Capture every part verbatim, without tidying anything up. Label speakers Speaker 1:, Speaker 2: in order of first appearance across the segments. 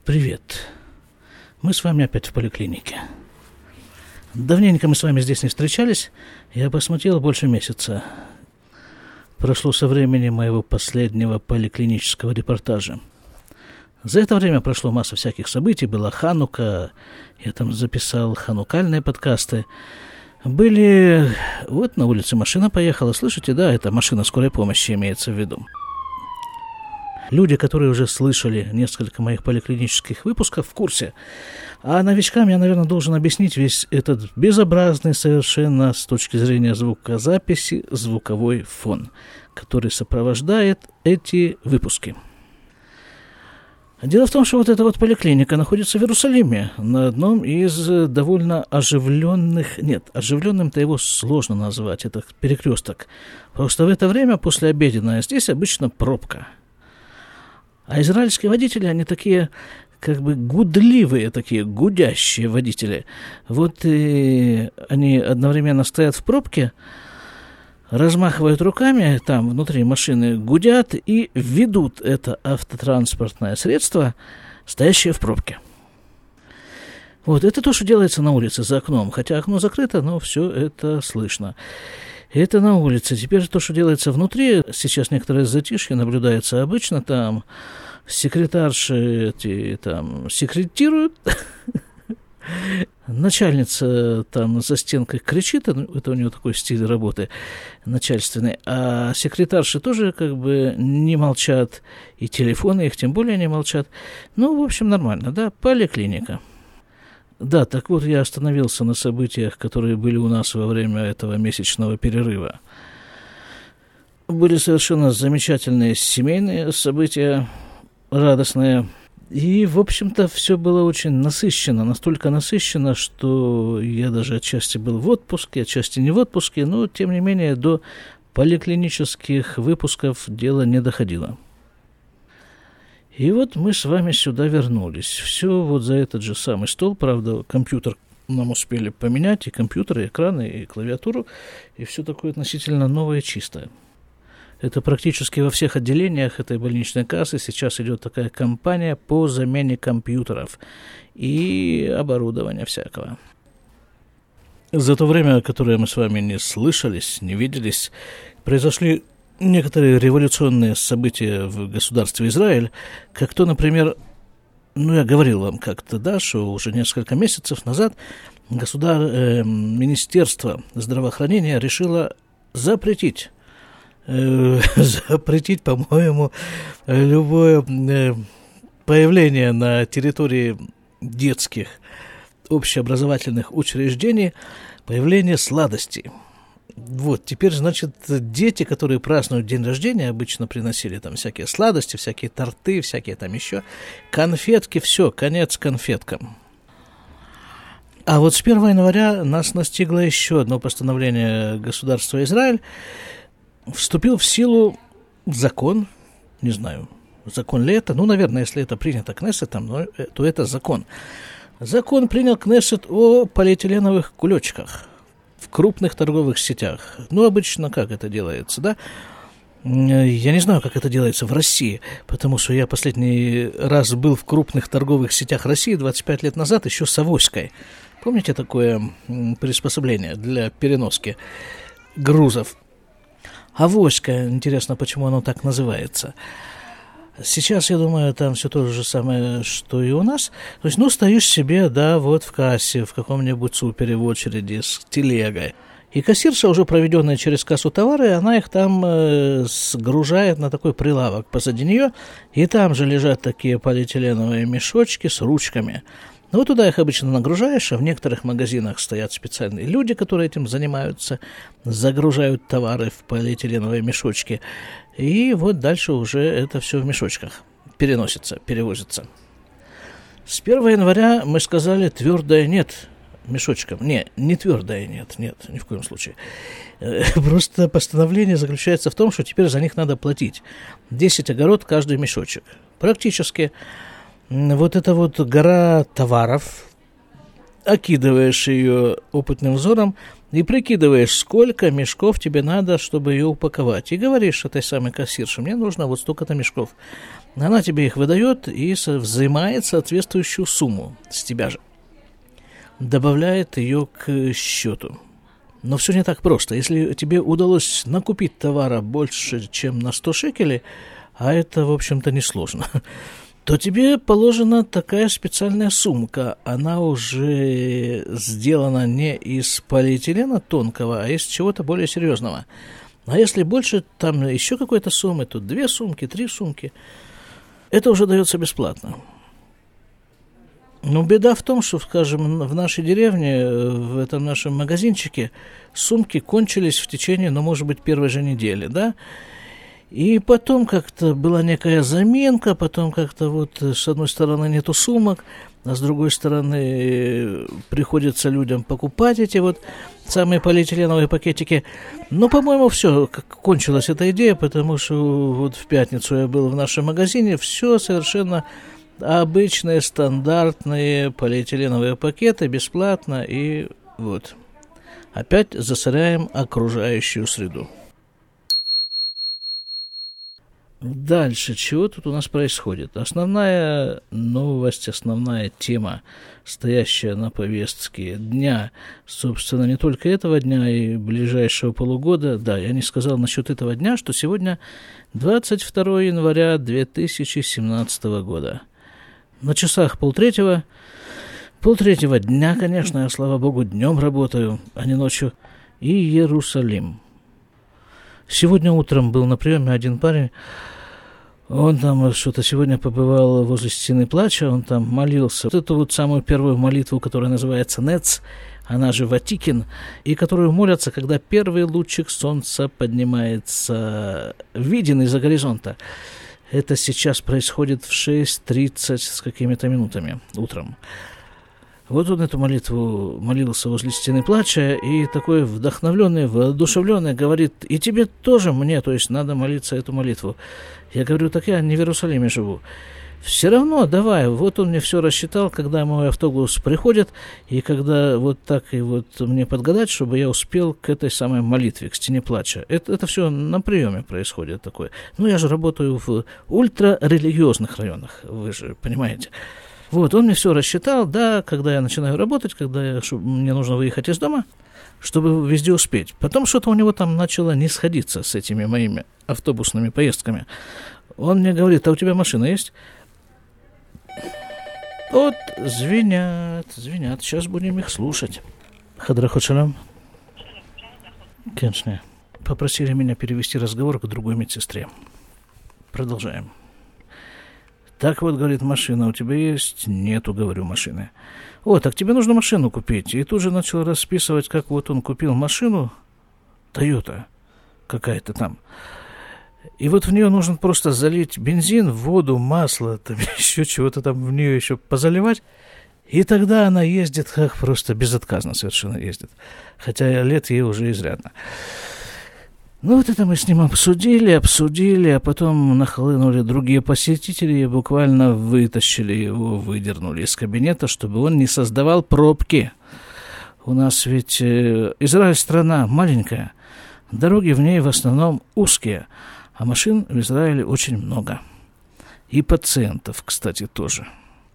Speaker 1: Привет. Мы с вами опять в поликлинике. Давненько мы с вами здесь не встречались. Я посмотрел, больше месяца. Прошло со времени моего последнего поликлинического репортажа. За это время прошло масса всяких событий. Была Ханука, я там записал ханукальные подкасты. Были... Вот на улице машина поехала. Слышите, да, это машина скорой помощи имеется в виду. Люди, которые уже слышали несколько моих поликлинических выпусков, в курсе. А новичкам я, наверное, должен объяснить весь этот безобразный совершенно с точки зрения звукозаписи звуковой фон, который сопровождает эти выпуски. Дело в том, что вот эта вот поликлиника находится в Иерусалиме, на одном из довольно оживленных... Нет, оживленным-то его сложно назвать, это перекресток. Просто в это время, послеобеденное, здесь обычно пробка. А израильские водители, они такие, как бы гудливые, такие гудящие водители. Вот и они одновременно стоят в пробке, размахивают руками, там внутри машины гудят и ведут это автотранспортное средство, стоящее в пробке. Вот, это то, что делается на улице за окном. Хотя окно закрыто, но все это слышно. Это на улице. Теперь то, что делается внутри, сейчас некоторое затишье наблюдается. Обычно там секретарши эти, там секретируют, начальница там за стенкой кричит, это у нее такой стиль работы начальственный, а секретарши тоже как бы не молчат, и телефоны их тем более не молчат. Ну, в общем, нормально, да, поликлиника. Да, так вот, я остановился на событиях, которые были у нас во время этого месячного перерыва. Были совершенно замечательные семейные события, радостные. И, в общем-то, все было очень насыщенно, настолько насыщенно, что я даже отчасти был в отпуске, отчасти не в отпуске, но, тем не менее, до поликлинических выпусков дело не доходило. И вот мы с вами сюда вернулись. Все вот за этот же самый стол. Правда, компьютер нам успели поменять, и компьютер, и экраны, и клавиатуру, и все такое относительно новое и чистое. Это практически во всех отделениях этой больничной кассы сейчас идет такая кампания по замене компьютеров и оборудования всякого. За то время, которое мы с вами не слышались, не виделись, произошли некоторые революционные события в государстве Израиль, как то, например, ну, я говорил вам как-то, да, что уже несколько месяцев назад государ... э, Министерство здравоохранения решило запретить, э, запретить, по-моему, любое э, появление на территории детских общеобразовательных учреждений, появление сладостей. Вот, теперь, значит, дети, которые празднуют день рождения, обычно приносили там всякие сладости, всякие торты, всякие там еще конфетки, все, конец конфеткам. А вот с первого января нас настигло еще одно постановление государства Израиль. Вступил в силу закон, не знаю, закон ли это, ну, наверное, если это принято Кнессетом, то это закон. Закон принял Кнессет о полиэтиленовых кулечках в крупных торговых сетях. Ну, обычно как это делается, да? Я не знаю, как это делается в России, потому что я последний раз был в крупных торговых сетях России двадцать пять лет назад, еще с авоськой. Помните такое приспособление для переноски грузов? Авоська, интересно, почему оно так называется. Сейчас, я думаю, там все то же самое, что и у нас. То есть, ну, стоишь себе, да, вот в кассе, в каком-нибудь супере в очереди с телегой. И кассирша, уже проведенная через кассу товары, она их там э, сгружает на такой прилавок позади нее. И там же лежат такие полиэтиленовые мешочки с ручками. Ну, вот туда их обычно нагружаешь, а в некоторых магазинах стоят специальные люди, которые этим занимаются, загружают товары в полиэтиленовые мешочки. И вот дальше уже это все в мешочках переносится, перевозится. С первого января мы сказали твердое «нет» мешочкам. Не, не твердое «нет», нет, ни в коем случае. Просто постановление заключается в том, что теперь за них надо платить. десять огород каждый мешочек. Практически вот эта вот гора товаров, окидываешь ее опытным взором и прикидываешь, сколько мешков тебе надо, чтобы ее упаковать. И говоришь этой самой кассирше: мне нужно вот столько-то мешков. Она тебе их выдает и взимает соответствующую сумму с тебя же. Добавляет ее к счету. Но все не так просто. Если тебе удалось накупить товара больше, чем на сто шекелей, а это, в общем-то, несложно, то тебе положена такая специальная сумка. Она уже сделана не из полиэтилена тонкого, а из чего-то более серьезного. А если больше, там еще какой-то суммы, то две сумки, три сумки. Это уже дается бесплатно. Но беда в том, что, скажем, в нашей деревне, в этом нашем магазинчике, сумки кончились в течение, ну, может быть, первой же недели, да? И потом как-то была некая заминка, потом как-то вот с одной стороны нету сумок, а с другой стороны приходится людям покупать эти вот самые полиэтиленовые пакетики. Но, по-моему, все, кончилась эта идея, потому что вот в пятницу я был в нашем магазине, все совершенно обычные, стандартные полиэтиленовые пакеты, бесплатно, и вот. Опять засоряем окружающую среду. Дальше, чего тут у нас происходит? Основная новость, основная тема, стоящая на повестке дня, собственно, не только этого дня и ближайшего полугода. Да, я не сказал насчет этого дня, что сегодня двадцать второго января две тысячи семнадцатого года. На часах полтретьего, полтретьего дня, конечно, я, слава богу, днем работаю, а не ночью, и Иерусалим. Сегодня утром был на приеме один парень, он там что-то сегодня побывал возле стены плача, он там молился. Вот эту вот самую первую молитву, которая называется Нец, она же Ватикин, и которую молятся, когда первый лучик солнца поднимается, виден из-за горизонта. Это сейчас происходит в шесть тридцать с какими-то минутами утром. Вот он эту молитву молился возле стены плача, и такой вдохновленный, воодушевленный говорит: и тебе тоже мне, то есть надо молиться эту молитву. Я говорю: так я не в Иерусалиме живу. Все равно давай, вот он мне все рассчитал, когда мой автобус приходит, и когда вот так и вот мне подгадать, чтобы я успел к этой самой молитве, к стене плача. Это, это все на приеме происходит такое. Ну, я же работаю в ультрарелигиозных районах, вы же понимаете. Вот, он мне все рассчитал, да, когда я начинаю работать, когда я, мне нужно выехать из дома, чтобы везде успеть. Потом что-то у него там начало не сходиться с этими моими автобусными поездками. Он мне говорит: а у тебя машина есть? Вот, звенят, звенят, сейчас будем их слушать. Хадрахот шалом. Конечно. Попросили меня перевести разговор к другой медсестре. Продолжаем. Так вот, говорит, машина у тебя есть? Нету, говорю, машины. О, так тебе нужно машину купить. И тут же начал расписывать, как вот он купил машину, Toyota какая-то там. И вот в нее нужно просто залить бензин, воду, масло, там еще чего-то там в нее еще позаливать. И тогда она ездит как просто безотказно совершенно ездит. Хотя лет ей уже изрядно. Ну, вот это мы с ним обсудили, обсудили, а потом нахлынули другие посетители и буквально вытащили его, выдернули из кабинета, чтобы он не создавал пробки. У нас ведь э, Израиль страна маленькая, дороги в ней в основном узкие, а машин в Израиле очень много. И пациентов, кстати, тоже.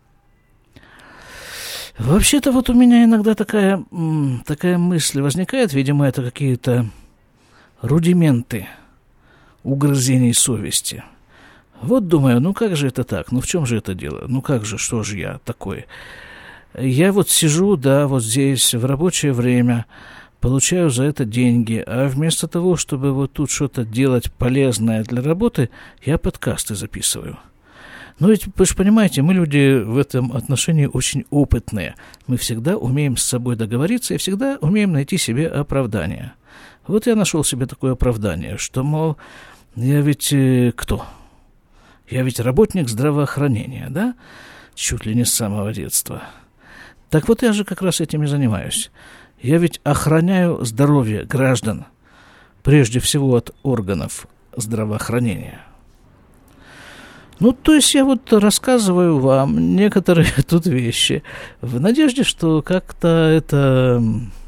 Speaker 1: Вообще-то вот у меня иногда такая, такая мысль возникает, видимо, это какие-то рудименты угрызений совести. Вот думаю, ну как же это так? Ну в чем же это дело? Ну как же, что же я такой? Я вот сижу, да, вот здесь в рабочее время, получаю за это деньги, а вместо того, чтобы вот тут что-то делать полезное для работы, я подкасты записываю. Ну ведь, вы же понимаете, мы люди в этом отношении очень опытные. Мы всегда умеем с собой договориться и всегда умеем найти себе оправдание. Вот я нашел себе такое оправдание, что, мол, я ведь э, кто? Я ведь работник здравоохранения, да? Чуть ли не с самого детства. Так вот я же как раз этим и занимаюсь. Я ведь охраняю здоровье граждан, прежде всего от органов здравоохранения. Ну, то есть я вот рассказываю вам некоторые тут вещи в надежде, что как-то это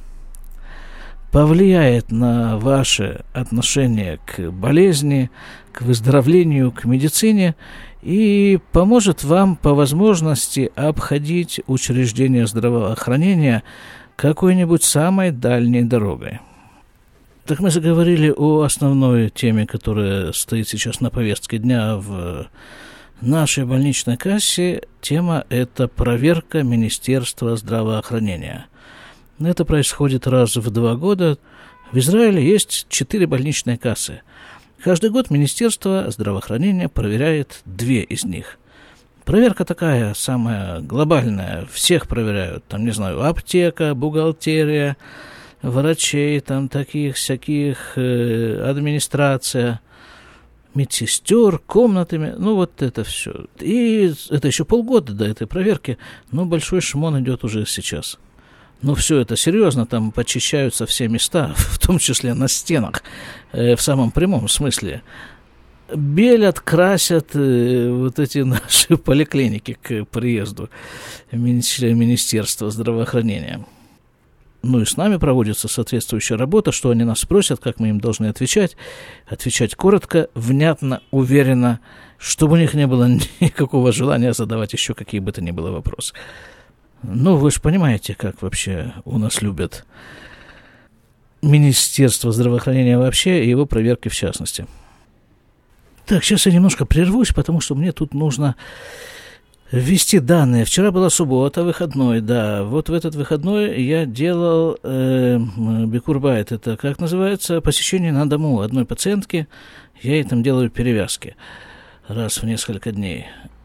Speaker 1: повлияет на ваше отношение к болезни, к выздоровлению, к медицине, и поможет вам по возможности обходить учреждение здравоохранения какой-нибудь самой дальней дорогой. Так мы заговорили о основной теме, которая стоит сейчас на повестке дня в нашей больничной кассе. Тема – это проверка Министерства здравоохранения. Это происходит раз в два года. В Израиле есть четыре больничные кассы. Каждый год Министерство здравоохранения проверяет две из них. Проверка такая, самая глобальная. Всех проверяют. Там, не знаю, аптека, бухгалтерия, врачей, там таких всяких, э, администрация, медсестер, комнатами. Ну, вот это все. И это еще полгода до этой проверки, но большой шмон идет уже сейчас. Ну, все это серьезно, там почищаются все места, в том числе на стенах, э, в самом прямом смысле. Белят, красят э, вот эти наши поликлиники к приезду Министерства здравоохранения. Ну и с нами проводится соответствующая работа, что они нас спросят, как мы им должны отвечать. Отвечать коротко, внятно, уверенно, чтобы у них не было никакого желания задавать еще какие бы то ни было вопросы. Ну, вы же понимаете, как вообще у нас любят Министерство здравоохранения вообще и его проверки в частности. Так, сейчас я немножко прервусь, потому что мне тут нужно ввести данные. Вчера была суббота, выходной, да. Вот в этот выходной я делал э, бикур-байт. Это, как называется, посещение на дому одной пациентки. Я ей там делаю перевязки раз в несколько дней.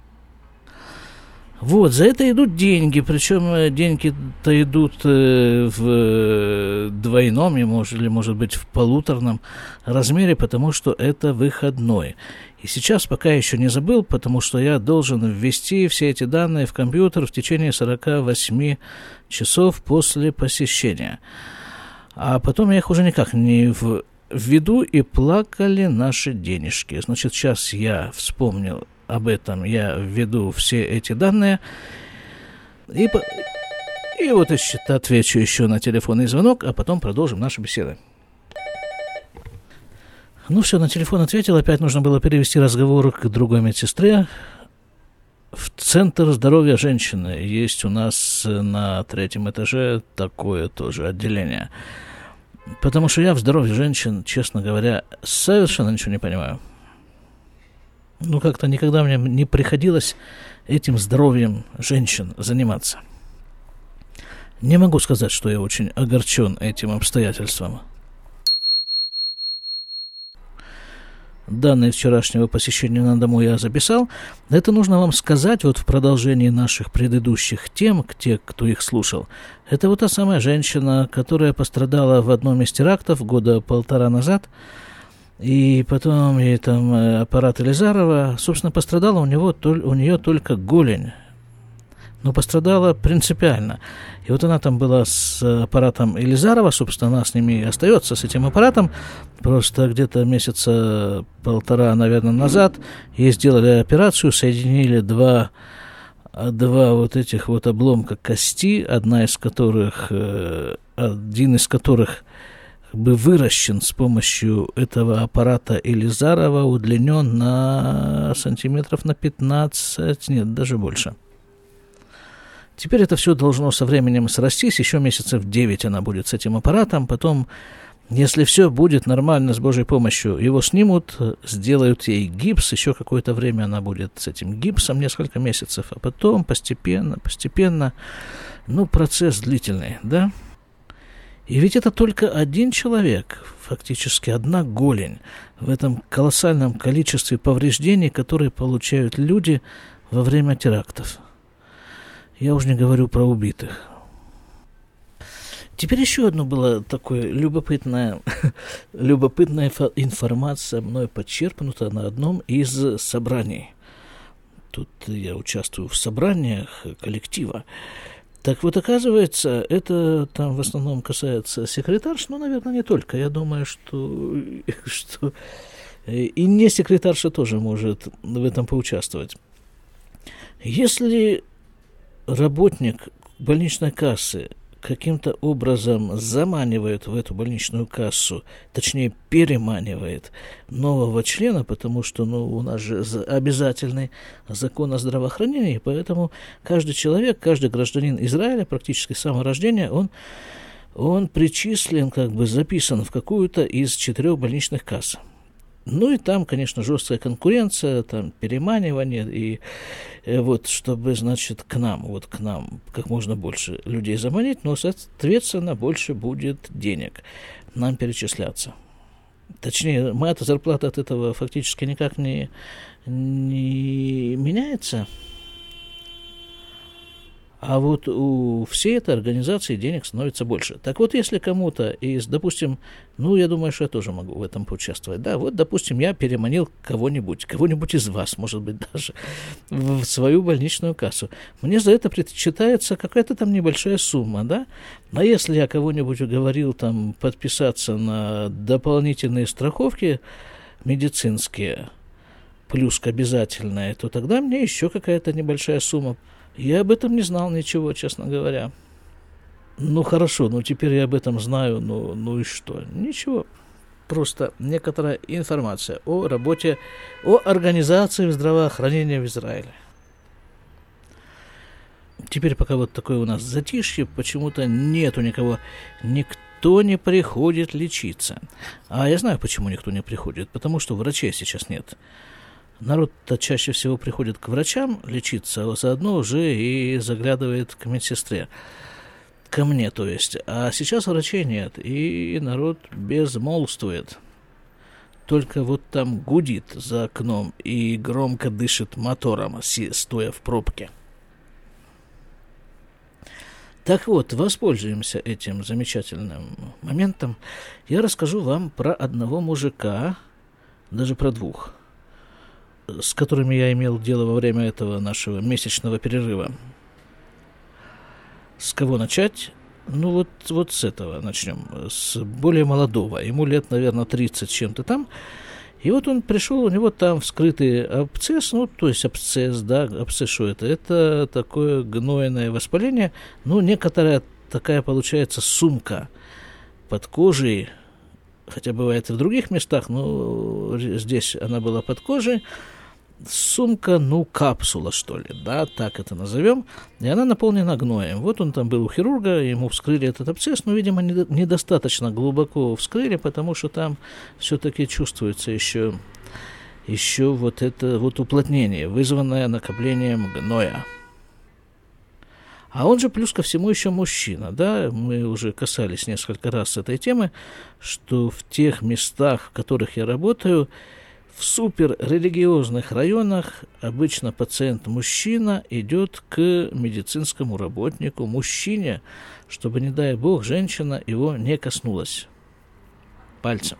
Speaker 1: Вот, за это идут деньги, причем деньги-то идут э, в двойном, или, может быть, в полуторном размере, потому что это выходной. И сейчас пока еще не забыл, потому что я должен ввести все эти данные в компьютер в течение сорок восемь часов после посещения. А потом я их уже никак не в... введу, и плакали наши денежки. Значит, сейчас я вспомнил об этом, я введу все эти данные, и, по... и вот еще отвечу еще на телефонный звонок, а потом продолжим нашу беседу. Ну все, на телефон ответил, опять нужно было перевести разговор к другой медсестре. В Центр здоровья женщины есть у нас на третьем этаже такое тоже отделение. Потому что я в здоровье женщин, честно говоря, совершенно ничего не понимаю. Ну, как-то никогда мне не приходилось этим здоровьем женщин заниматься. Не могу сказать, что я очень огорчен этим обстоятельством. Данные вчерашнего посещения на дому я записал. Это нужно вам сказать вот в продолжении наших предыдущих тем, те, кто их слушал. Это вот та самая женщина, которая пострадала в одном из терактов года полтора назад. И потом ей там аппарат Елизарова, собственно, пострадала у него, у нее только голень. Но пострадала принципиально. И вот она там была с аппаратом Елизарова, собственно, она с ними остается, с этим аппаратом. Просто где-то месяца полтора, наверное, назад ей сделали операцию, соединили два, два вот этих вот обломка кости, одна из которых, один из которых бы выращен с помощью этого аппарата Елизарова, удлинен на сантиметров на пятнадцать, нет, даже больше. Теперь это все должно со временем срастись, еще месяцев девять она будет с этим аппаратом, потом, если все будет нормально с Божьей помощью, его снимут, сделают ей гипс, еще какое-то время она будет с этим гипсом, несколько месяцев, а потом постепенно, постепенно, ну, процесс длительный, да? И ведь это только один человек, фактически одна голень в этом колоссальном количестве повреждений, которые получают люди во время терактов. Я уже не говорю про убитых. Теперь еще одно было такое любопытная, любопытная информация, мной подчеркнута на одном из собраний. Тут я участвую в собраниях коллектива. Так вот, оказывается, это там в основном касается секретарш, но, наверное, не только. Я думаю, что, что и не секретарша тоже может в этом поучаствовать. Если работник больничной кассы каким-то образом заманивает в эту больничную кассу, точнее переманивает нового члена, потому что ну, у нас же обязательный закон о здравоохранении, поэтому каждый человек, каждый гражданин Израиля практически с самого рождения, он, он причислен, как бы записан в какую-то из четырех больничных касс. Ну и там, конечно, жесткая конкуренция, там переманивание, и э, вот, чтобы, значит, к нам, вот к нам как можно больше людей заманить, но, соответственно, больше будет денег нам перечисляться. Точнее, моя зарплата от этого фактически никак не, не меняется. А вот у всей этой организации денег становится больше. Так вот, если кому-то из, допустим, ну, я думаю, что я тоже могу в этом поучаствовать. Да, вот, допустим, я переманил кого-нибудь, кого-нибудь из вас, может быть, даже в свою больничную кассу. Мне за это причитается какая-то там небольшая сумма, да? А если я кого-нибудь уговорил там подписаться на дополнительные страховки медицинские, плюс к обязательной, то тогда мне еще какая-то небольшая сумма. Я об этом не знал ничего, честно говоря. Ну, хорошо, ну, теперь я об этом знаю, ну, ну и что? Ничего. Просто некоторая информация о работе, о организации здравоохранения в Израиле. Теперь пока вот такое у нас затишье, почему-то нету никого, никто не приходит лечиться. А я знаю, почему никто не приходит, потому что врачей сейчас нет. Народ-то чаще всего приходит к врачам лечиться, а заодно уже и заглядывает к медсестре. Ко мне, то есть. А сейчас врачей нет, и народ безмолвствует. Только вот там гудит за окном и громко дышит мотором, стоя в пробке. Так вот, воспользуемся этим замечательным моментом. Я расскажу вам про одного мужика, даже про двух, с которыми я имел дело во время этого нашего месячного перерыва. С кого начать? Ну, вот, вот с этого начнем. С более молодого. Ему лет, наверное, тридцать чем-то там. И вот он пришел, у него там вскрытый абсцесс, ну, то есть абсцесс, да, абсцесс, что это? Это такое гнойное воспаление, ну, некоторая такая, получается, сумка под кожей, хотя бывает и в других местах, но здесь она была под кожей, сумка, ну, капсула, что ли, да, так это назовем, и она наполнена гноем. Вот он там был у хирурга, ему вскрыли этот абсцесс, но, видимо, недостаточно глубоко вскрыли, потому что там все-таки чувствуется еще, еще вот это вот уплотнение, вызванное накоплением гноя. А он же плюс ко всему еще мужчина, да, мы уже касались несколько раз этой темы, что в тех местах, в которых я работаю, в суперрелигиозных районах обычно пациент-мужчина идет к медицинскому работнику, мужчине, чтобы, не дай бог, женщина его не коснулась пальцем.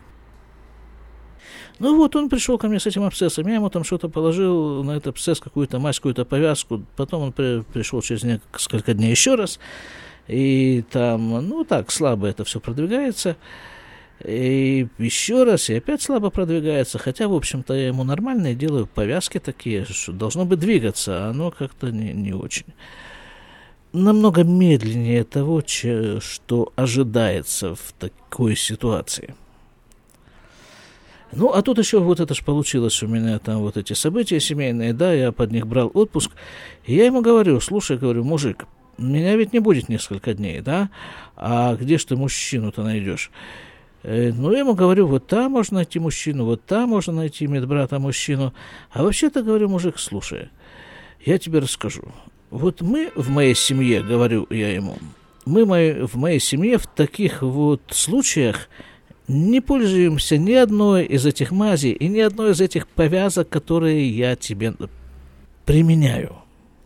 Speaker 1: Ну вот, он пришел ко мне с этим абсцессом, я ему там что-то положил на этот абсцесс, какую-то мазь, какую-то повязку, потом он при, пришел через несколько дней еще раз, и там, ну так, слабо это все продвигается, и еще раз, и опять слабо продвигается, хотя, в общем-то, я ему нормально делаю повязки такие, что должно бы двигаться, а оно как-то не, не очень. Намного медленнее того, че, что ожидается в такой ситуации. Ну, а тут еще вот это ж получилось у меня там вот эти события семейные, да, я под них брал отпуск, и я ему говорю, слушай, говорю, мужик, меня ведь не будет несколько дней, да, а где ж ты мужчину-то найдешь? Ну, я ему говорю, вот там можно найти мужчину, вот там можно найти медбрата мужчину. А вообще-то, говорю, мужик, слушай, я тебе расскажу. Вот мы в моей семье, говорю я ему, мы мои, в моей семье в таких вот случаях не пользуемся ни одной из этих мазей и ни одной из этих повязок, которые я тебе применяю.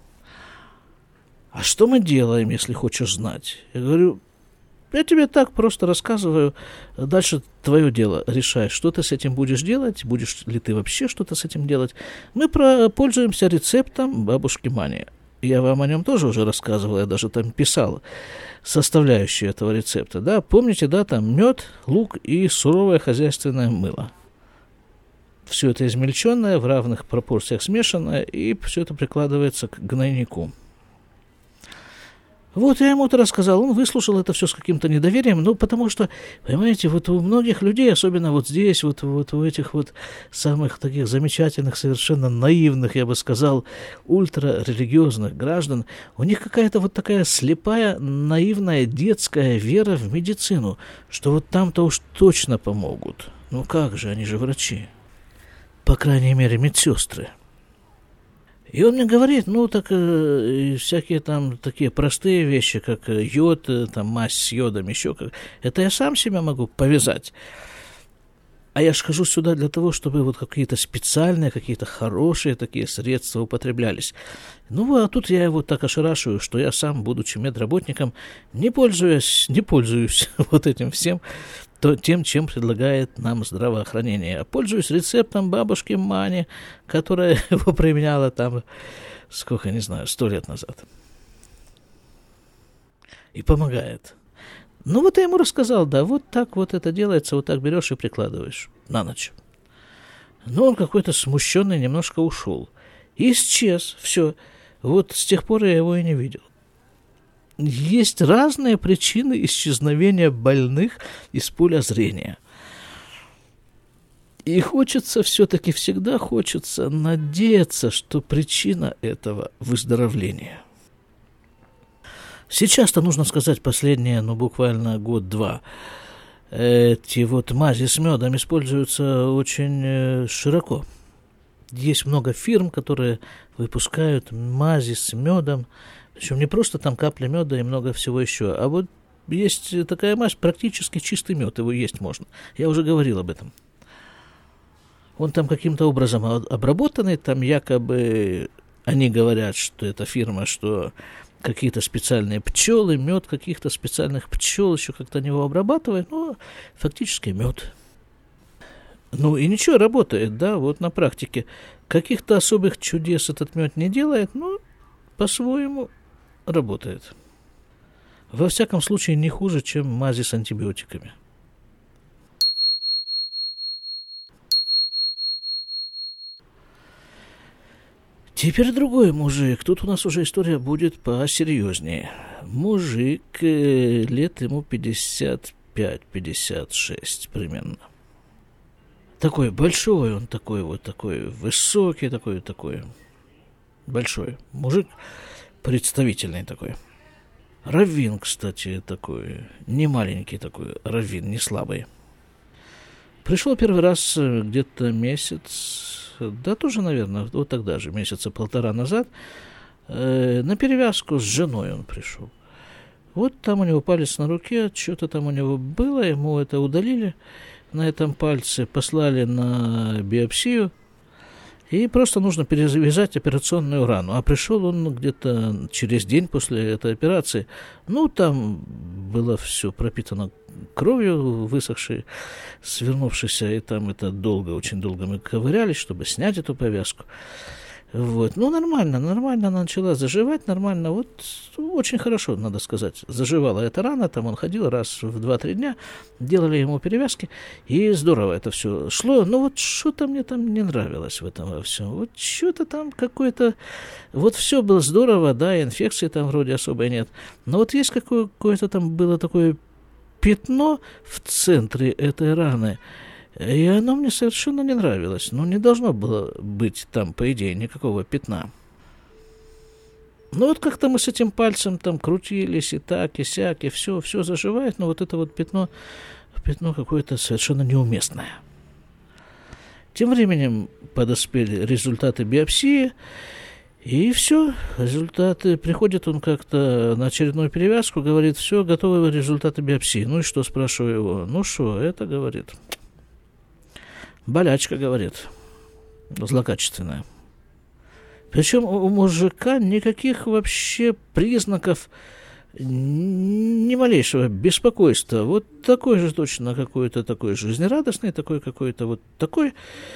Speaker 1: А что мы делаем, если хочешь знать? Я говорю, я тебе так просто рассказываю, дальше твое дело, решай, что ты с этим будешь делать, будешь ли ты вообще что-то с этим делать. Мы про- пользуемся рецептом бабушки Мани. Я вам о нем тоже уже рассказывал, я даже там писал составляющие этого рецепта. Да? Помните, да, там мед, лук и суровое хозяйственное мыло. Все это измельченное, в равных пропорциях смешанное, и все это прикладывается к гнойнику. Вот я ему это рассказал, он выслушал это все с каким-то недоверием, ну, потому что, понимаете, вот у многих людей, особенно вот здесь, вот, вот у этих вот самых таких замечательных, совершенно наивных, я бы сказал, ультрарелигиозных граждан, у них какая-то вот такая слепая, наивная, детская вера в медицину, что вот там-то уж точно помогут. Ну как же, они же врачи. По крайней мере, медсестры. И он мне говорит, ну, так э, всякие там такие простые вещи, как йод, э, там мазь с йодом, еще как. Это я сам себя могу повязать. А я ж хожу сюда для того, чтобы вот какие-то специальные, какие-то хорошие такие средства употреблялись. Ну, а тут я его так ошарашиваю, что я сам, будучи медработником, не пользуюсь, не пользуюсь вот этим всем, то, тем, чем предлагает нам здравоохранение. А пользуюсь рецептом бабушки Мани, которая его применяла там, сколько, не знаю, сто лет назад. И помогает. Ну, вот я ему рассказал, да, вот так вот это делается, вот так берешь и прикладываешь на ночь. Но он какой-то смущенный немножко ушел. И исчез, все. Вот с тех пор я его и не видел. Есть разные причины исчезновения больных из поля зрения. И хочется все-таки, всегда хочется надеяться, что причина этого выздоровления. Сейчас-то, нужно сказать, последние, ну, буквально год-два, эти вот мази с медом используются очень широко. Есть много фирм, которые выпускают мази с медом, причем не просто там капля меда и много всего еще, а вот есть такая мазь, практически чистый мед, его есть можно. Я уже говорил об этом. Он там каким-то образом обработанный, там якобы они говорят, что эта фирма, что какие-то специальные пчелы, мед каких-то специальных пчел еще как-то него обрабатывают, но фактически мед. Ну и ничего, работает, да, вот на практике. Каких-то особых чудес этот мед не делает, но по-своему работает. Во всяком случае, не хуже, чем мази с антибиотиками. Теперь другой мужик. Тут у нас уже история будет посерьезнее. Мужик, э, лет ему пятьдесят пять - пятьдесят шесть примерно. Такой большой он, такой вот, такой высокий, такой, такой большой. Мужик представительный такой. Раввин, кстати, такой, не маленький такой раввин, не слабый. Пришел первый раз где-то месяц, да тоже, наверное, вот тогда же, месяца полтора назад, э, на перевязку с женой он пришел. Вот там у него палец на руке, что-то там у него было, ему это удалили на этом пальце, послали на биопсию, и просто нужно перевязать операционную рану. А пришел он где-то через день после этой операции. Ну, там было все пропитано кровью, высохшей, свернувшейся, и там это долго, очень долго мы ковырялись, чтобы снять эту повязку. Вот. Ну, нормально, нормально она начала заживать, нормально, вот очень хорошо, надо сказать, заживала эта рана, там он ходил раз в два-три дня, делали ему перевязки, и здорово это все шло, но вот что-то мне там не нравилось в этом во всем, вот что-то там какое-то, вот все было здорово, да, инфекции там вроде особой нет, но вот есть какое- какое-то там было такое пятно в центре этой раны, и оно мне совершенно не нравилось. Ну, не должно было быть там, по идее, никакого пятна. Ну, вот как-то мы с этим пальцем там крутились, и так, и сяк, и все, все заживает, но вот это вот пятно, пятно какое-то совершенно неуместное. Тем временем подоспели результаты биопсии, и все, результаты, приходит он как-то на очередную перевязку, говорит, все, готовы результаты биопсии. Ну и что, спрашиваю его, ну что, это, говорит... Болячка, говорит, злокачественная. Причем у мужика никаких вообще признаков, ни малейшего беспокойства. Вот такой же точно какой-то такой жизнерадостный, такой какой-то вот такой.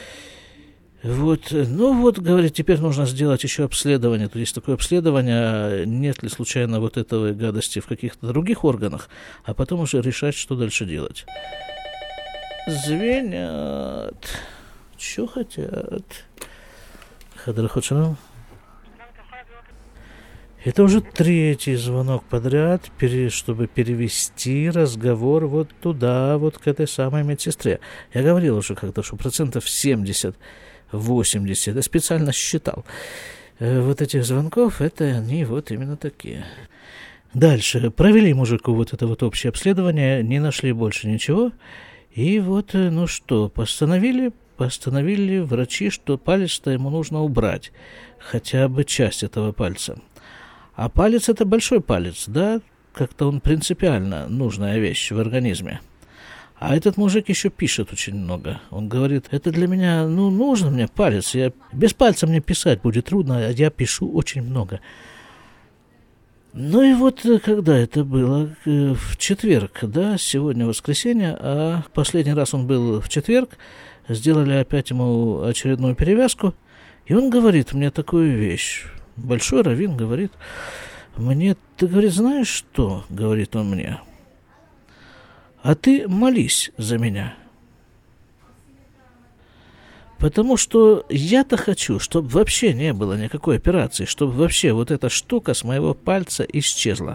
Speaker 1: Вот, ну вот, говорит, теперь нужно сделать еще обследование. Тут есть такое обследование, нет ли случайно вот этой гадости в каких-то других органах, а потом уже решать, что дальше делать. Звенят. Что хотят? Хадар Ходжанов. Это уже третий звонок подряд, чтобы перевести разговор вот туда, вот к этой самой медсестре. Я говорил уже как-то, что процентов семьдесят-восемьдесят, я специально считал. Вот этих звонков, это они вот именно такие. Дальше. Провели мужику вот это вот общее обследование, не нашли больше ничего. И вот, ну что, постановили, постановили врачи, что палец-то ему нужно убрать. Хотя бы часть этого пальца. А палец – это большой палец, да, как-то он принципиально нужная вещь в организме. А этот мужик еще пишет очень много. Он говорит, это для меня, ну, нужен мне палец. Я, без пальца мне писать будет трудно, а я пишу очень много. Ну и вот когда это было? В четверг, да, сегодня воскресенье, а последний раз он был в четверг, сделали опять ему очередную перевязку, и он говорит мне такую вещь. Большой раввин говорит мне, ты, говорит, знаешь что, говорит он мне, а ты молись за меня. Потому что я-то хочу, чтобы вообще не было никакой операции, чтобы вообще вот эта штука с моего пальца исчезла.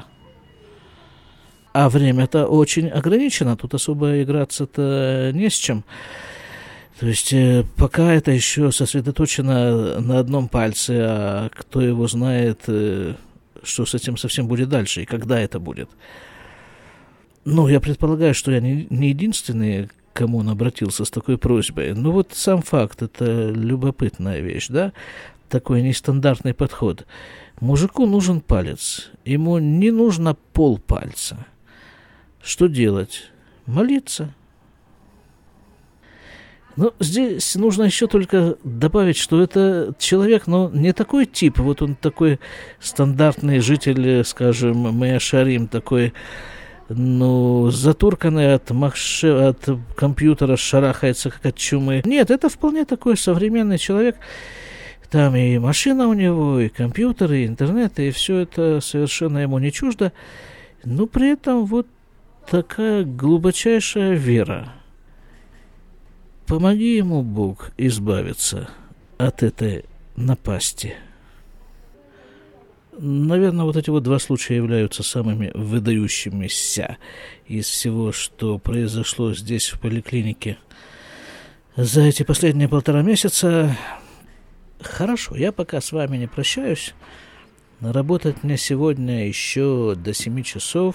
Speaker 1: А время-то очень ограничено, тут особо играться-то не с чем. То есть, э, пока это еще сосредоточено на одном пальце, а кто его знает, э, что с этим совсем будет дальше и когда это будет. Ну, я предполагаю, что я не, не единственный, к кому он обратился с такой просьбой. Ну, вот сам факт, это любопытная вещь, да? Такой нестандартный подход. Мужику нужен палец, ему не нужно полпальца. Что делать? Молиться. Ну, здесь нужно еще только добавить, что это человек, ну, не такой тип, вот он такой стандартный житель, скажем, Меа-Шарим, такой, ну, затурканный от, махше, от компьютера, шарахается, как от чумы. Нет, это вполне такой современный человек. Там и машина у него, и компьютер, и интернет, и все это совершенно ему не чуждо. Но при этом вот такая глубочайшая вера. Помоги ему, Бог, избавиться от этой напасти. Наверное, вот эти вот два случая являются самыми выдающимися из всего, что произошло здесь, в поликлинике. За эти последние полтора месяца. Хорошо, я пока с вами не прощаюсь. Работать мне сегодня еще до семи часов.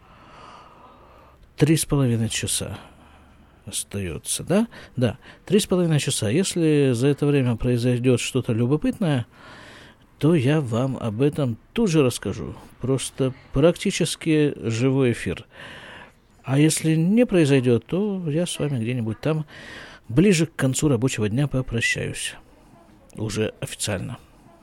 Speaker 1: Три с половиной часа. Остается, да? Да, три с половиной часа. Если за это время произойдет что-то любопытное, то я вам об этом тут же расскажу. Просто практически живой эфир. А если не произойдет, то я с вами где-нибудь там ближе к концу рабочего дня попрощаюсь. Уже официально.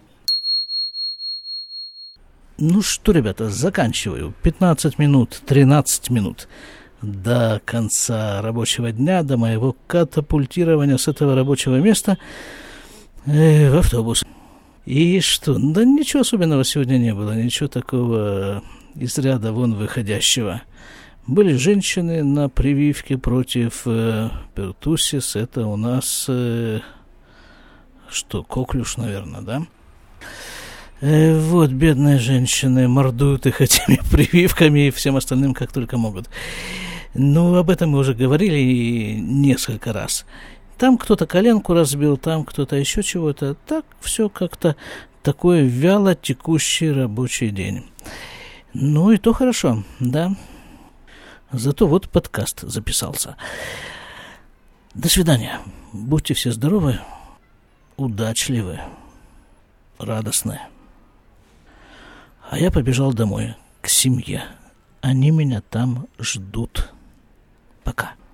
Speaker 1: Ну что, ребята, заканчиваю. пятнадцать минут, тринадцать минут. До конца рабочего дня, до моего катапультирования с этого рабочего места э, в автобус. И что? Да ничего особенного сегодня не было, ничего такого из ряда вон выходящего. Были женщины на прививке против э, пертуссис, это у нас, э, что, коклюш, наверное, да? Э, вот, бедные женщины мордуют их этими прививками и всем остальным, как только могут. Ну, об этом мы уже говорили несколько раз. Там кто-то коленку разбил, там кто-то еще чего-то. Так все как-то такой вяло текущий рабочий день. Ну, и то хорошо, да. Зато вот подкаст записался. До свидания. Будьте все здоровы, удачливы, радостны. А я побежал домой, к семье. Они меня там ждут. Пока.